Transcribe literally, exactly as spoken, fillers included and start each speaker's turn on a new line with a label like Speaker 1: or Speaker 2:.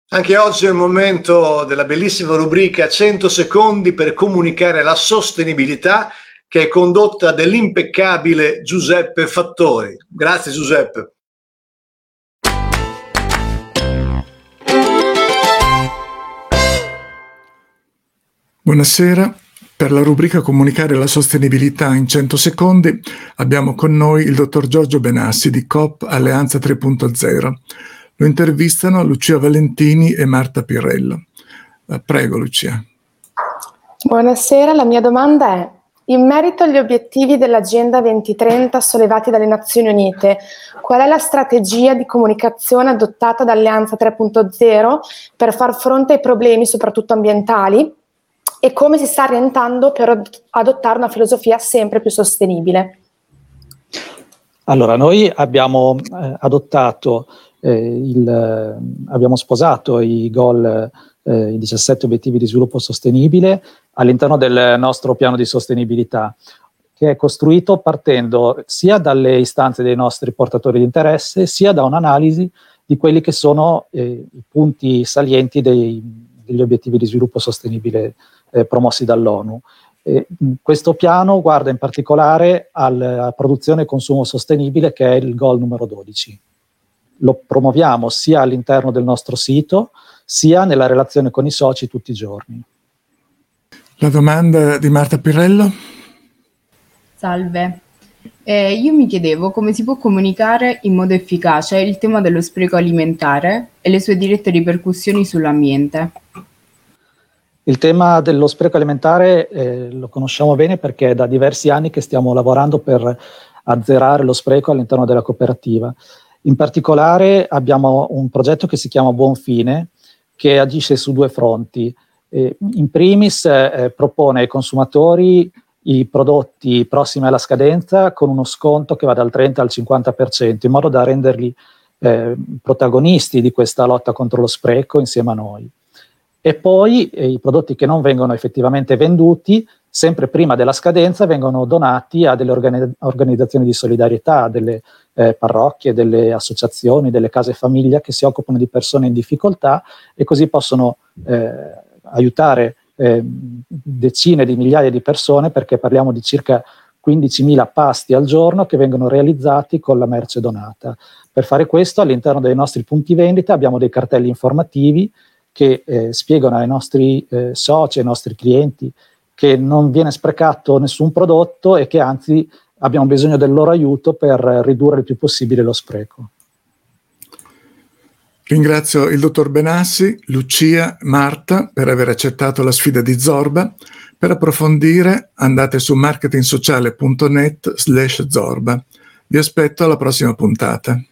Speaker 1: Anche oggi è il momento della bellissima rubrica cento secondi per comunicare la sostenibilità, che è condotta dall'impeccabile Giuseppe Fattori. Grazie Giuseppe.
Speaker 2: Buonasera. Per la rubrica Comunicare la sostenibilità in cento secondi abbiamo con noi il dottor Giorgio Benassi di Coop Alleanza tre punto zero. Lo intervistano Lucia Valentini e Marta Pirello. Prego Lucia.
Speaker 3: Buonasera, la mia domanda è: in merito agli obiettivi dell'Agenda duemilatrenta sollevati dalle Nazioni Unite, qual è la strategia di comunicazione adottata da Alleanza tre punto zero per far fronte ai problemi soprattutto ambientali e come si sta orientando per adottare una filosofia sempre più sostenibile?
Speaker 4: Allora, noi abbiamo eh, adottato, eh, il, eh, abbiamo sposato i goal, eh, i diciassette obiettivi di sviluppo sostenibile all'interno del nostro piano di sostenibilità, che è costruito partendo sia dalle istanze dei nostri portatori di interesse, sia da un'analisi di quelli che sono eh, i punti salienti dei, degli obiettivi di sviluppo sostenibile eh, promossi dall'ONU. Eh, questo piano guarda in particolare alla produzione e consumo sostenibile, che è il goal numero dodici. Lo promuoviamo sia all'interno del nostro sito, sia nella relazione con i soci tutti i giorni.
Speaker 2: La domanda di Marta Pirello.
Speaker 5: Salve, eh, io mi chiedevo come si può comunicare in modo efficace il tema dello spreco alimentare e le sue dirette ripercussioni sull'ambiente.
Speaker 4: Il tema dello spreco alimentare eh, lo conosciamo bene perché è da diversi anni che stiamo lavorando per azzerare lo spreco all'interno della cooperativa. In particolare abbiamo un progetto che si chiama Buon Fine, che agisce su due fronti. Eh, in primis eh, propone ai consumatori i prodotti prossimi alla scadenza con uno sconto che va dal trenta al cinquanta per cento, in modo da renderli eh, protagonisti di questa lotta contro lo spreco insieme a noi. E poi eh, i prodotti che non vengono effettivamente venduti, sempre prima della scadenza, vengono donati a delle organi- organizzazioni di solidarietà, delle eh, parrocchie, delle associazioni, delle case famiglia che si occupano di persone in difficoltà e così possono eh, aiutare eh, decine di migliaia di persone, perché parliamo di circa quindicimila pasti al giorno che vengono realizzati con la merce donata. Per fare questo, all'interno dei nostri punti vendita abbiamo dei cartelli informativi che eh, spiegano ai nostri eh, soci, ai nostri clienti, che non viene sprecato nessun prodotto e che anzi abbiamo bisogno del loro aiuto per ridurre il più possibile lo spreco.
Speaker 2: Ringrazio il dottor Benassi, Lucia, Marta per aver accettato la sfida di Zorba. Per approfondire andate su marketingsociale punto net slash Zorba. Vi aspetto alla prossima puntata.